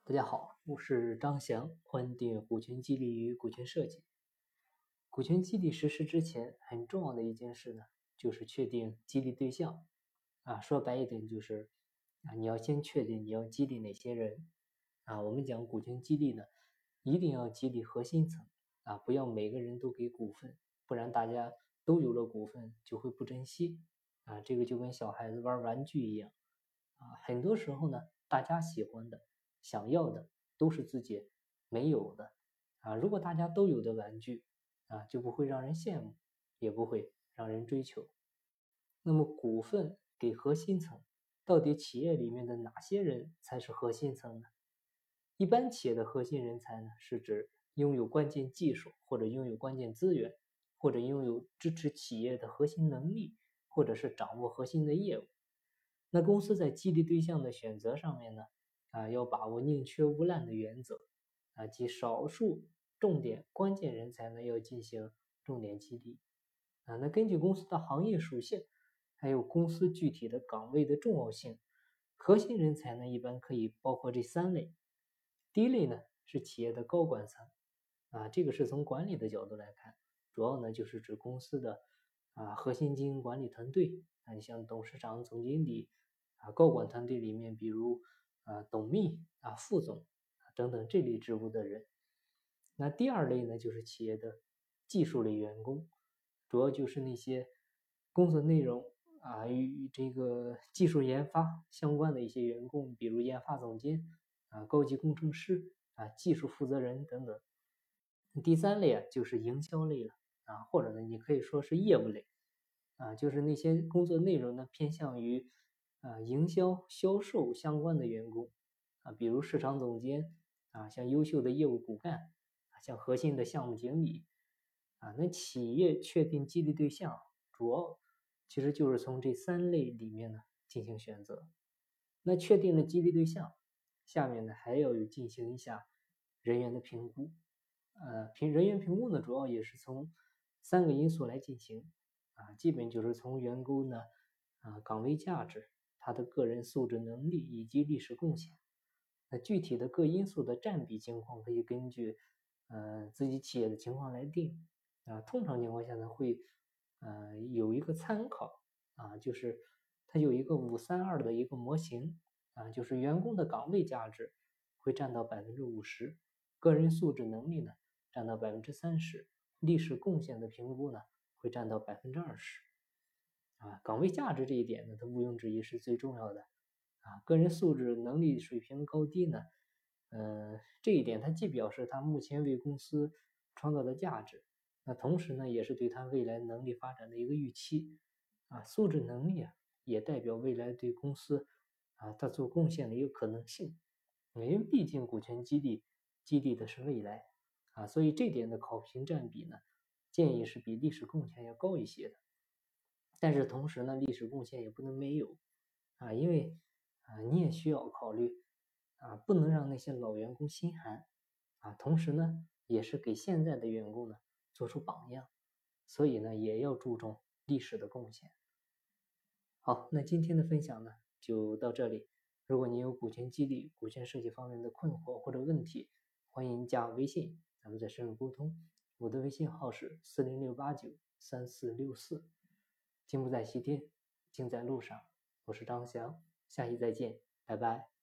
大家好，我是张翔，欢迎订阅股权激励与股权设计。股权激励实施之前，很重要的一件事呢，就是确定激励对象。说白一点就是，你要先确定你要激励哪些人。我们讲股权激励呢，一定要激励核心层，不要每个人都给股份，不然大家都有了股份就会不珍惜。这个就跟小孩子玩玩具一样。很多时候呢，大家喜欢的、想要的都是自己没有的。如果大家都有的玩具，就不会让人羡慕，也不会让人追求。那么股份给核心层，到底企业里面的哪些人才是核心层呢？一般企业的核心人才呢，是指拥有关键技术，或者拥有关键资源，或者拥有支持企业的核心能力，或者是掌握核心的业务。那公司在激励对象的选择上面呢，要把握宁缺毋滥的原则，即少数重点关键人才呢要进行重点激励。那根据公司的行业属性，还有公司具体的岗位的重要性，核心人才呢一般可以包括这3类。第一类呢是企业的高管层，这个是从管理的角度来看，主要呢就是指公司的核心经营管理团队。你像董事长、总经理高管团队里面，比如董秘副总等等这类职务的人。那第二类呢，就是企业的技术类员工，主要就是那些工作内容与这个技术研发相关的一些员工，比如研发总监高级工程师技术负责人等等。第三类就是营销类了或者呢你可以说是业务类就是那些工作内容呢偏向于营销销售相关的员工比如市场总监像优秀的业务骨干像核心的项目经理那企业确定激励对象主要其实就是从这3类里面呢进行选择。那确定了激励对象，下面呢还要进行一下人员的评估。人员评估呢主要也是从3个因素来进行基本就是从员工呢岗位价值、他的个人素质能力以及历史贡献。那具体的各因素的占比情况可以根据自己企业的情况来定通常情况下呢会有一个参考就是它有一个532的一个模型就是员工的岗位价值会占到50%，个人素质能力呢占到30%，历史贡献的评估呢会占到20%。岗位价值这一点呢，它毋庸置疑是最重要的个人素质能力水平高低呢，这一点它既表示他目前为公司创造的价值，那同时呢，也是对他未来能力发展的一个预期素质能力也代表未来对公司他做贡献的一个可能性。因为毕竟股权激励的是未来所以这点的考评占比呢，建议是比历史贡献要高一些的。但是同时呢，历史贡献也不能没有因为你也需要考虑不能让那些老员工心寒同时呢，也是给现在的员工呢做出榜样，所以呢，也要注重历史的贡献。好，那今天的分享呢就到这里。如果你有股权激励、股权设计方面的困惑或者问题，欢迎加微信，咱们再深入沟通。我的微信号是406893464。金不在西天，金在路上。我是张翔，下期再见，拜拜。